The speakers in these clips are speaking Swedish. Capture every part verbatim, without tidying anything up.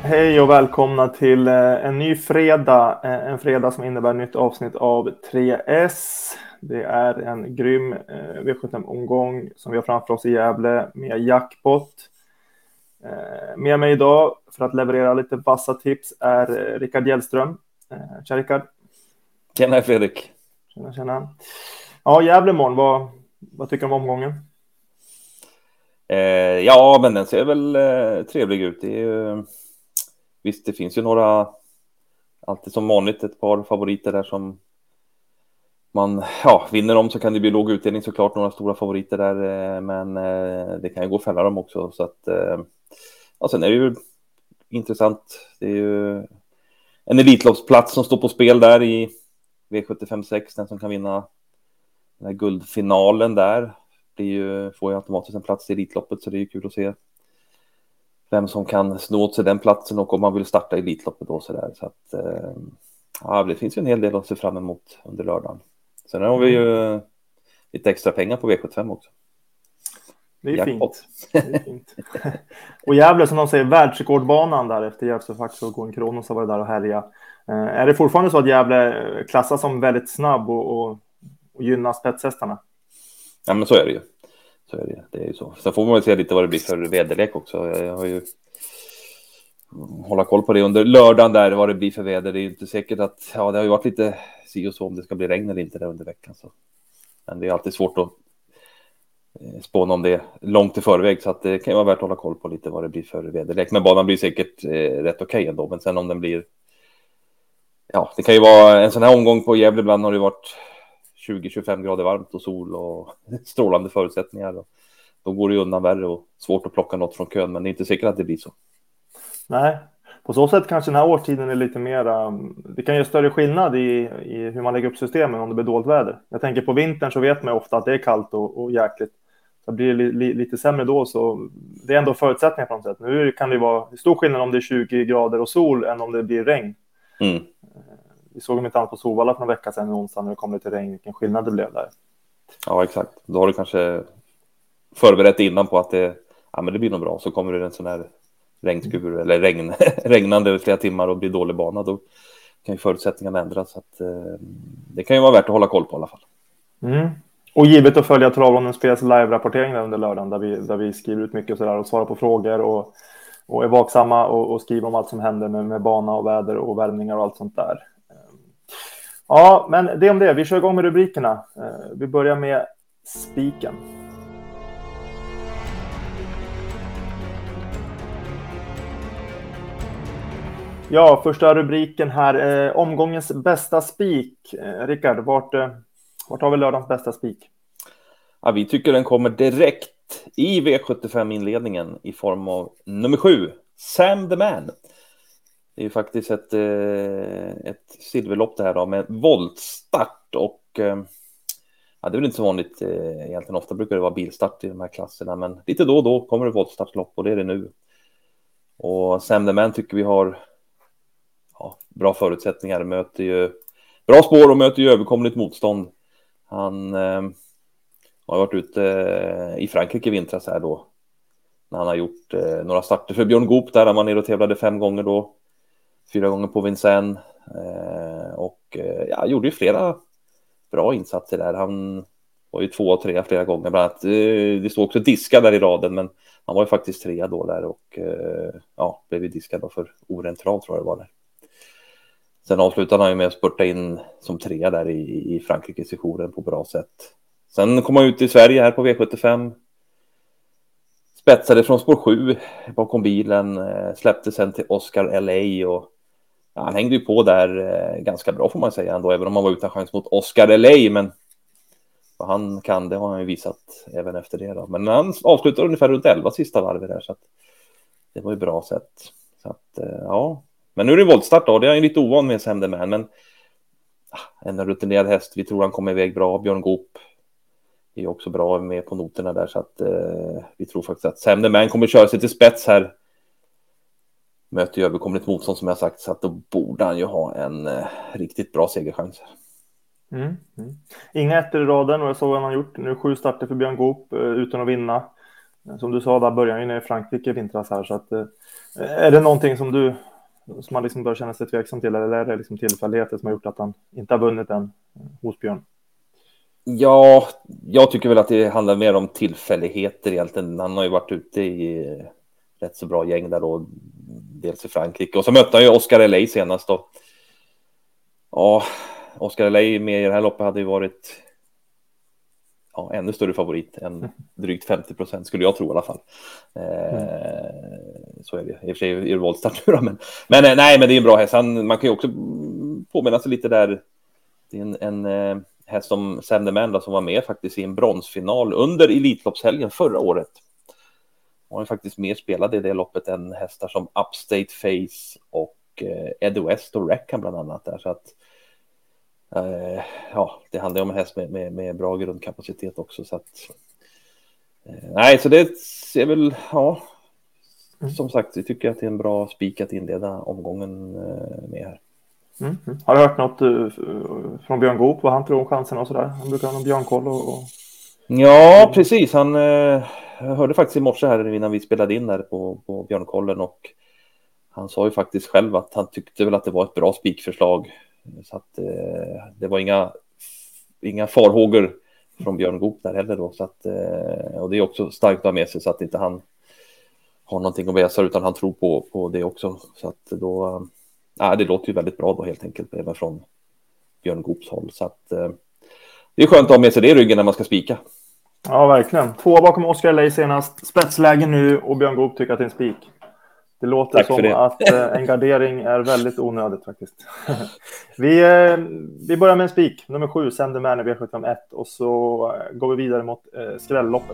Hej och välkomna till en ny fredag, en fredag som innebär ett nytt avsnitt av tre S. Det är en grym V sjuttiofem-omgång som vi har framför oss i Gävle med jackpot. Med mig idag för att leverera lite vassa tips är Rickard Hjellström. Tja Rickard. Tjena Fredrik. Tjena, tjena. Ja, Gävle imorgon, vad, vad tycker du om omgången? Eh, ja, men den ser väl eh, trevlig ut. Det är ju, visst, det finns ju några, alltid som vanligt, ett par favoriter där som man, ja, vinner om så kan det bli låg utdelning såklart, några stora favoriter där, eh, men eh, det kan ju gå att fälla dem också. Så att, eh, ja, sen är det ju intressant. Det är ju en elitloppsplats som står på spel där i V sjuttiofem sex, den som kan vinna den här guldfinalen där. Det är ju, får ju automatiskt en plats i Elitloppet, så det är ju kul att se vem som kan snå åt sig den platsen och om man vill starta Elitloppet då så där. Så att, eh, ja, det finns ju en hel del att se fram emot under lördagen. Sen har vi ju lite extra pengar på V sjuttiofem också. Det är fint. Det är fint. Och Gävle, som de säger, världsrekordbanan där efter Järvsöfax och Gåen Kronos har varit där och härja. Eh, är det fortfarande så att Gävle klassas som väldigt snabb och, och, och gynnar spetshästarna? Ja, men så är det ju. Så är det, det är ju så. Sen får man väl se lite vad det blir för väderlek också. Jag har ju hålla koll på det under lördagen där, vad det blir för väder. Det är ju inte säkert att, ja, det har ju varit lite si och så om det ska bli regn eller inte där under veckan. Så. Men det är alltid svårt att spåna om det långt i förväg, så att det kan ju vara värt att hålla koll på lite vad det blir för väderlek. Men banan blir säkert eh, rätt okej okay ändå. Men sen om den blir, ja, det kan ju vara en sån här omgång på Gävle, ibland har det varit tjugo till tjugofem grader varmt och sol och strålande förutsättningar. Då går det ju undan värre och svårt att plocka något från kön, men det är inte säkert att det blir så. Nej, på så sätt kanske den här årstiden är lite mer, det kan ge större skillnad i, i hur man lägger upp systemen om det blir dåligt väder. Jag tänker på vintern så vet man ju ofta att det är kallt och, och jäkligt. Så blir det li, li, lite sämre då, så det är ändå förutsättningar på något sätt. Nu kan det vara stor skillnad om det är tjugo grader och sol än om det blir regn. Mm. Vi såg inte annat på Solvalla för några veckor sedan onsdag när det kom lite regn, vilken skillnad det blev där. Ja, exakt. Då har du kanske förberett innan på att det, ja, men det blir nog bra. Så kommer det en sån här regnskur mm. eller regn, regnande över flera timmar och blir dålig bana. Då kan ju förutsättningarna ändras. Så att, eh, det kan ju vara värt att hålla koll på i alla fall. Mm. Och givet att följa Travronden Spels live-rapportering där under lördagen, där vi, där vi skriver ut mycket och, så där, och svarar på frågor och, och är vaksamma och, och skriver om allt som händer med, med bana och väder och värmningar och allt sånt där. Ja, men det om det. Vi kör igång med rubrikerna. Vi börjar med spiken. Ja, första rubriken här. Eh, omgångens bästa spik. Eh, Rickard, vart, eh, vart har vi lördagens bästa spik? Ja, vi tycker den kommer direkt i V sjuttiofem-inledningen i form av nummer sju, Sam the Man. Det är ju faktiskt ett, ett silverlopp det här då, med voltstart och ja, det är väl inte så vanligt egentligen. Ofta brukar det vara bilstart i de här klasserna, men lite då och då kommer det voltstartlopp och det är det nu. Och Sam the Man tycker vi har, ja, bra förutsättningar, möter ju bra spår och möter ju överkomligt motstånd. Han eh, har varit ute i Frankrike i vintras här då, när han har gjort eh, några starter för Björn Goop där han var nere och tävlade fem gånger då. Fyra gånger på Vincennes eh, och eh, ja, gjorde ju flera bra insatser där. Han var ju två och tre flera gånger. Bland annat, eh, det stod också diska där i raden, men han var ju faktiskt trea då där och eh, ja, blev ju diskad då för orent trav tror jag det var där. Sen avslutade han ju med att spurta in som trea där i, i Frankrike-sessionen på bra sätt. Sen kom han ut i Sverige här på V sjuttiofem. Spetsade från spår sju bakom bilen, eh, släppte sen till Oscar L A och ja, han hängde ju på där eh, ganska bra får man säga ändå, även om han var utan chans mot Oscar L A, men vad han kan, det har han ju visat även efter det då. Men han avslutade ungefär runt elva sista varvet där, så att det var ju bra sätt. Så att, eh, ja. Men nu är det voltstart då, det är ju lite ovan med Sam the Man, men ah, en rutinerad häst, vi tror han kommer iväg bra. Björn Goop är också bra med på noterna där, så att eh, vi tror faktiskt att Sam the Man kommer köra sig till spets här. Möter ju överkomligt motstånd som jag sagt, så att då borde han ju ha en eh, riktigt bra segerchans. Mm, mm. Inga ettor i raden, och jag såg vad han har gjort. Nu sju starter för Björn Goop eh, utan att vinna. Som du sa, där började ju ner i Frankrike i vintras här. Så att, eh, är det någonting som du som man liksom bör känna sig tveksam till, eller är det liksom tillfälligheter som har gjort att han inte har vunnit än hos Björn? Ja, jag tycker väl att det handlar mer om tillfälligheter egentligen. Han har ju varit ute i rätt så bra gäng där då, dels i Frankrike. Och så mötte han ju Oscar L A senast då. Ja, Oscar L A med i det här loppet hade ju varit ja, ännu större favorit än drygt femtio procent skulle jag tro i alla fall. Eh, mm. Så är det. I och för sig är det voltstart nu då, men, men nej, men det är en bra häst. Han, man kan ju också påminna sig lite där. Det är en, en eh, häst som Sam the Man då, som var med faktiskt i en bronsfinal under Elitloppshelgen förra året. Han var faktiskt mer spelade i det loppet än hästar som Upstate Face och eh, Eddie West och Rackham bland annat där. Så att Uh, ja, det handlar om en häst med, med, med bra grundkapacitet också, så att uh, nej, så det är väl ja, mm. som sagt, vi tycker att det är en bra spik att inleda omgången uh, med här. Mm. Mm. Har du hört något uh, från Björn Goop, vad han tror om chansen och sådär? Han brukar ha någon björnkoll och, och... Ja, mm. precis, han uh, hörde faktiskt i morse här innan vi spelade in där på, på björnkollen, och han sa ju faktiskt själv att han tyckte väl att det var ett bra spikförslag. Så att eh, det var inga inga farhågor från Björn Goop där heller då, så att eh, och det är också starkt att ha med sig så att inte han har någonting att väsa, utan han tror på på det också, så att då ja, det låter ju väldigt bra då helt enkelt även från Björn Goops håll, så att eh, det är skönt att ha med sig det i ryggen när man ska spika. Ja, verkligen. Två bakom Oscar L A senast, spetsläge nu, och Björn Goop tycker att det är en spik. Det låter som det. att eh, en gardering är väldigt onödigt faktiskt. vi, eh, vi börjar med en spik, nummer sju, Sam the Man i V sjuttiofem, och så eh, går vi vidare mot eh, skrälloppet.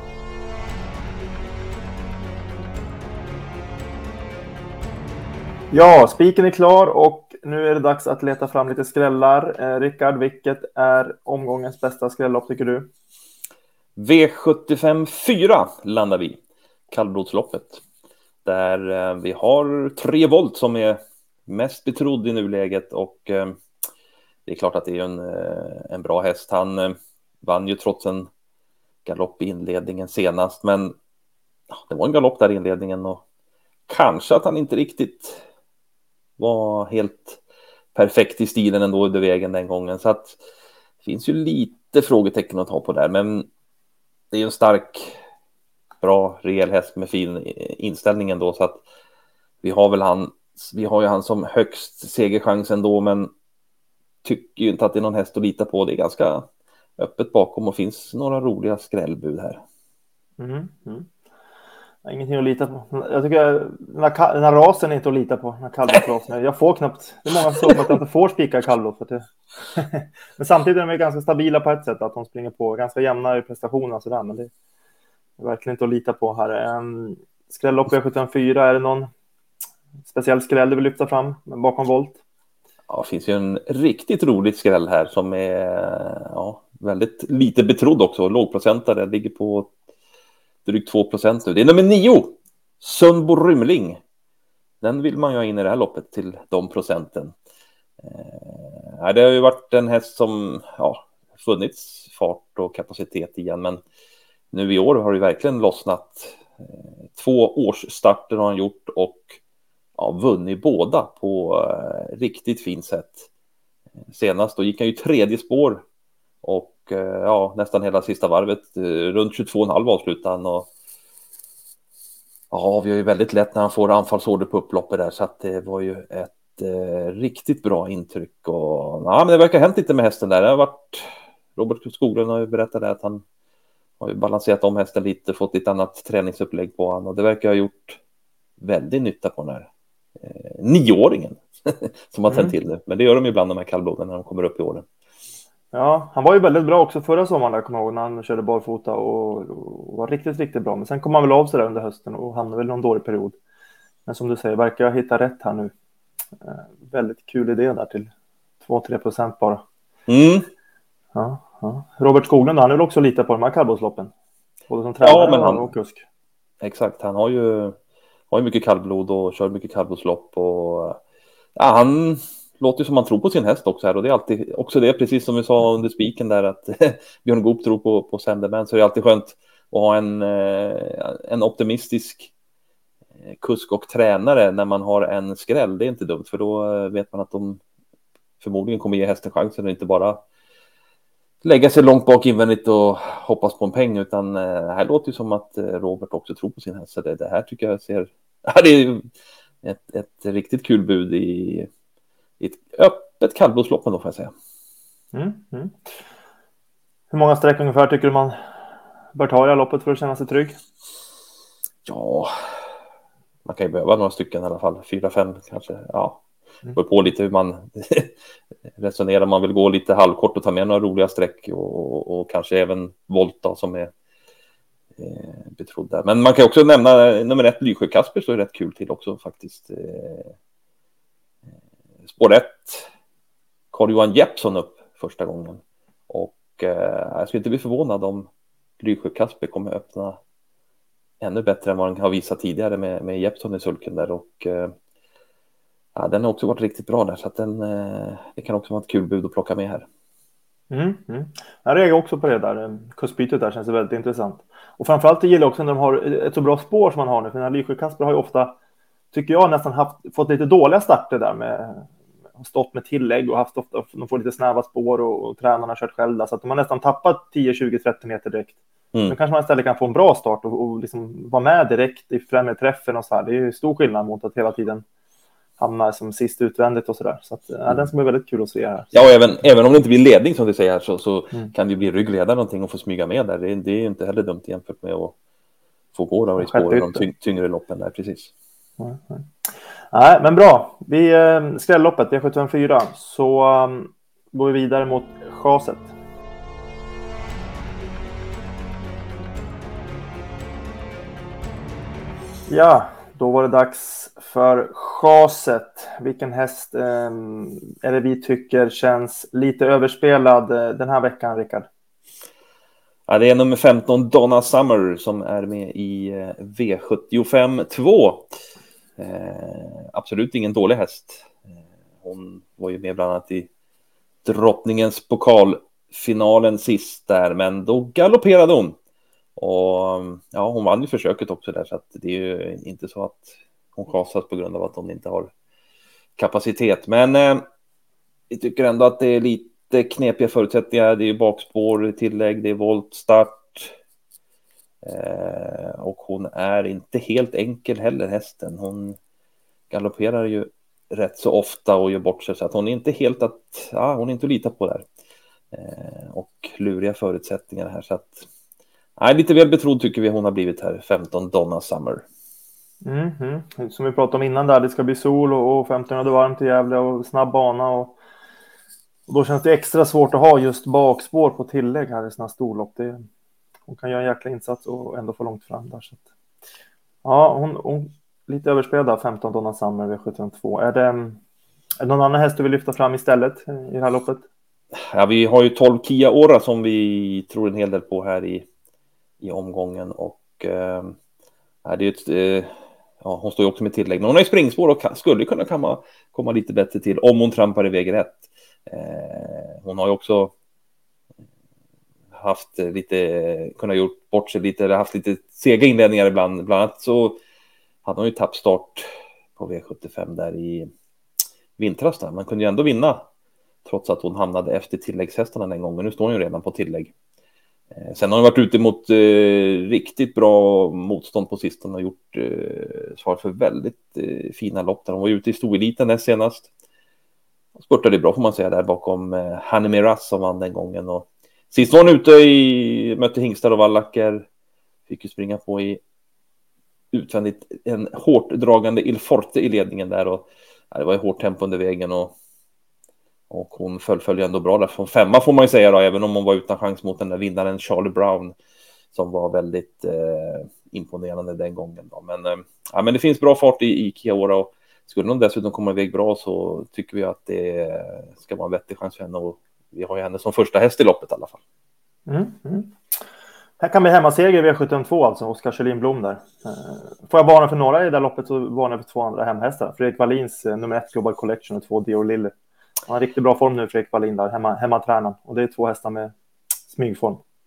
Ja, spiken är klar och nu är det dags att leta fram lite skrällar. Eh, Rickard, vilket är omgångens bästa skrällopp tycker du? V sjuttiofem fyra landar vi, kallblodsloppet. Där eh, vi har tre volt som är mest betrodd i nuläget, och eh, det är klart att det är en, eh, en bra häst. Han eh, vann ju trots en galopp i inledningen senast, men ja, det var en galopp där i inledningen och kanske att han inte riktigt var helt perfekt i stilen ändå under vägen den gången, så att det finns ju lite frågetecken att ta på där, men det är ju en stark, bra, rejäl häst med fin inställning ändå, så att vi har väl han, vi har ju han som högst segerchans ändå, men tycker ju inte att det är någon häst att lita på. Det är ganska öppet bakom och finns några roliga skrällbud här. Mm, mm. Ingenting att lita på. Jag tycker den här, den här rasen är inte att lita på, den här kallblodsrasen. Jag får knappt, det är många som tror att jag inte får spika kallblod för det. Men samtidigt är de ganska stabila på ett sätt, att de springer på ganska jämna i prestationerna och sådär, men det är verkligen inte att lita på här. Um, skrällopp V sjuttiofem fyra, är det någon speciell skräll du vill lyfta fram bakom volt? Ja, det finns ju en riktigt rolig skräll här som är ja, väldigt lite betrodd också. Lågprocentare, ligger på drygt två procent nu. Det är nummer nio, Sundbo Rymling. Den vill man ju ha in i det här loppet till de procenten. Eh, det har ju varit en häst som ja, funnits fart och kapacitet igen, men nu i år har det verkligen lossnat. Eh, två årsstarter har han gjort och ja, vunnit båda på eh, riktigt fint sätt. Senast då gick han ju tredje spår och eh, ja, nästan hela sista varvet, eh, runt tjugotvå komma fem avslutade han, och ja, vi har ju väldigt lätt när han får anfallsorder på upploppet där, så att det var ju ett eh, riktigt bra intryck, och ja, men det verkar ha hänt lite med hästen där. Det har varit, Robert Skoglund har ju berättat att han har ju balanserat om hästen lite, fått ett annat träningsupplägg på han, och det verkar ha gjort väldigt nytta på den här eh, nioåringen som har tänt mm. till det. Men det gör de ibland, de här kallbloden, när de kommer upp i åren. Ja, han var ju väldigt bra också förra sommaren där, kommer jag ihåg, när han körde barfota och, och var riktigt, riktigt bra. Men sen kom han väl av sig där under hösten och hamnade väl i någon dålig period. Men som du säger, verkar jag hitta rätt här nu. Eh, väldigt kul idé där till två till tre procent bara. Mm. Ja, ja. Robert Skoglund, han är väl också lite på de här kallblodsloppen? Både som tränare ja, men han, och kusk. Exakt, han har ju, har ju mycket kallblod och kör mycket kallblodslopp. Och ja, han låter ju som man tror på sin häst också här. Och det är alltid också det, precis som vi sa under spiken där, att Björn Goop tror på, på Sam the Man. Så det är alltid skönt och ha en, en optimistisk kusk och tränare när man har en skräll, det är inte dumt, för då vet man att de förmodligen kommer ge hästen chansen och inte bara lägga sig långt bak invändigt och hoppas på en peng, utan det här låter ju som att Robert också tror på sin häst. Så det, det här tycker jag ser, ja, det är ett, ett riktigt kul bud i, i ett öppet kallblodslopp då, får jag säga. Mm, mm. Hur många streck ungefär tycker du man bör ta i det här loppet för att känna sig trygg? Ja, man kan ju behöva några stycken i alla fall, fyra, fem kanske, ja. Det beror på lite hur man resonerar. Man vill gå lite halvkort och ta med några roliga streck och, och, och kanske även Volta som är eh, betrodd där. Men man kan också nämna nummer ett, Lysjö Kasper, så är rätt kul till också faktiskt. Eh, spår ett, Carl-Johan Jeppsson upp första gången. Och eh, jag skulle inte bli förvånad om Lysjö Kasper kommer öppna ännu bättre än vad han har visat tidigare med, med Jeppsson i sulken där. Och eh, ja, den har också varit riktigt bra där, så att den, det kan också vara ett kul bud att plocka med här. Mm, mm. Jag reagerar också på det där. Kustbytet där känns väldigt intressant. Och framförallt gillar jag också när de har ett så bra spår som man har nu. För den här Lysjö Kasper har ju ofta, tycker jag, nästan haft, fått lite dåliga starter där med, stått med tillägg och haft ofta, de får lite snäva spår och, och tränarna har kört själva. Så att de har nästan tappat tio, tjugo, trettio meter direkt. Mm. Nu kanske man istället kan få en bra start och, och liksom vara med direkt i främre träffen och så här. Det är ju stor skillnad mot att hela tiden hamnar som sist utvändigt och sådär. Så att, ja, mm. den ska bli väldigt kul att se här. Ja, och även, även om det inte blir ledning som du säger här, så, så mm. kan det bli ryggledare någonting och få smyga med där. Det, det är ju inte heller dumt jämfört med att få gå där i spåren de tyng, tyngre loppen där, precis. Mm. Mm. Nej, men bra. Vi äh, skrälloppet, V sjuttiofyra, så um, går vi vidare mot chaset. Ja, då var det dags för chaset. Vilken häst eh, är det vi tycker känns lite överspelad eh, den här veckan, Rickard? Ja, det är nummer femton, Donna Summer, som är med i eh, V sjuttiofem två. Eh, absolut ingen dålig häst. Eh, hon var ju med bland annat i drottningens pokalfinalen sist där, men då galopperade hon. Och ja, hon vann ju försöket också där, så att det är ju inte så att hon chasas på grund av att hon inte har kapacitet. Men eh, jag tycker ändå att det är lite knepiga förutsättningar. Det är bakspår, tillägg, det är voltstart. Eh, och hon är inte helt enkel heller, hästen. Hon galopperar ju rätt så ofta och gör bort sig, så att hon är inte helt att, ja, hon är inte att lita på där. Eh, och luriga förutsättningar här, så att nej, lite väl betrodd tycker vi hon har blivit här, femton Donna Summer. Mm-hmm. Som vi pratade om innan där, det ska bli sol och, och femton grader varmt i Gävle och snabb bana. Och, och då känns det extra svårt att ha just bakspår på tillägg här i sådana storlopp. Det, hon kan göra en jäkla insats och ändå få långt fram där. Så att, ja, hon, hon lite överspelad, femton Donna Summer V sjuttionio. Är det, är det någon annan häst du vill lyfta fram istället i det här loppet? Ja, vi har ju tolv Kia Ora som vi tror en hel del på här i i omgången, och eh, det är ett, eh, ja, hon står ju också med tillägg, men hon har ju springspår och kan, skulle kunna komma, komma lite bättre till om hon trampar iväg rätt. Eh, hon har ju också haft lite, kunnat gjort bort sig lite, eller haft lite sega inledningar ibland. Bland annat så hade hon ju tappstart på V sjuttiofem där i vintras där. Man kunde ju ändå vinna trots att hon hamnade efter tilläggshästarna den gången. Nu står hon ju redan på tillägg. Sen har hon varit ute mot eh, riktigt bra motstånd på sistone och gjort eh, svar för väldigt eh, fina lopp där. Hon var ute i storeliten näst senast. Spurtade bra får man säga där bakom eh, Hanne Miraz som vann den gången. Och sist var hon ute i, mötte hingstar och vallacker. Fick ju springa på i utvändigt en hårt dragande Il Forte i ledningen där. Och ja, det var ju hårt tempo under vägen och Och hon fullföljer ändå bra där. Från femma får man ju säga då, även om hon var utan chans mot den där vinnaren Charlie Brown som var väldigt eh, imponerande den gången. Då. Men, eh, ja, men det finns bra fart i, i Kia Ora, och skulle hon dessutom komma iväg bra så tycker vi att det ska vara en vettig chans för henne, och vi har ju henne som första häst i loppet i alla fall. Mm, mm. Här kan vi hemmaseger V sjuttionio, alltså Oskar Kjellin Blom där. Får jag varna för några i det loppet, så varnar för två andra hemhästar. Fredrik Wallins nummer ett Global Collection och två Dior Lille. Han har riktigt bra form nu, Fredrik Wallin där, hemma, hemmatränaren. Och det är två hästar med smygform.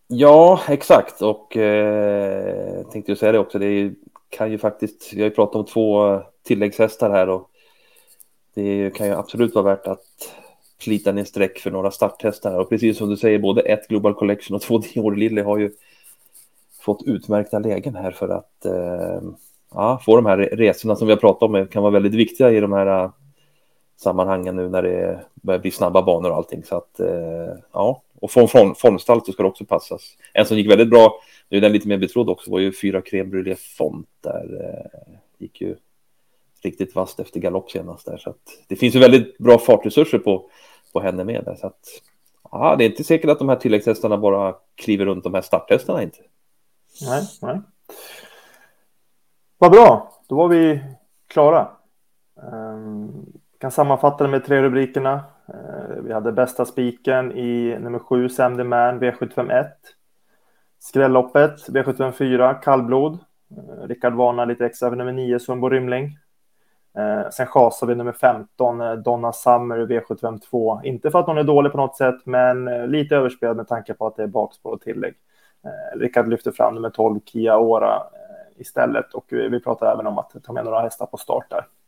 Ja, exakt. Och eh, tänkte ju säga det också. Det är, kan ju faktiskt, vi har ju pratat om två tilläggshästar här och det kan ju absolut vara värt att slita ner streck för några starthästar. Och precis som du säger, både ett Global Collection och två Dior Lilly har ju fått utmärkta lägen här för att eh, ja, få de här resorna som vi har pratat om kan vara väldigt viktiga i de här uh, sammanhangen nu när det börjar bli snabba banor och allting. Så att eh, ja, och från form, formstall så ska det också passas. En som gick väldigt bra, nu är den lite mer betrodd också, var ju fyra Crème Brûlée Font där eh, gick ju riktigt vast efter galopp senast där. Så att det finns ju väldigt bra fartresurser på, på henne med där. Så att ja, det är inte säkert att de här tilläggshästarna bara kliver runt de här starthästarna inte. Nej, nej. Vad bra, då var vi klara. Um, kan sammanfatta det med tre rubrikerna. Uh, vi hade bästa spiken i nummer sju, Sam the Man, V sjuttiofem ett. Skrälloppet, V sjuttiofem fyra, Kallblod. Uh, Rickard varnar lite extra för nummer nio, Sumbo Rymling. Uh, sen chasar vi nummer femton, uh, Donna Summer, V sjuttiofem två. Inte för att hon är dålig på något sätt, men uh, lite överspelad med tanke på att det är bakspår och tillägg. Uh, Rickard lyfter fram nummer tolv, Kia Ora, uh, istället. Och vi, vi pratar även om att ta med några hästar på start där.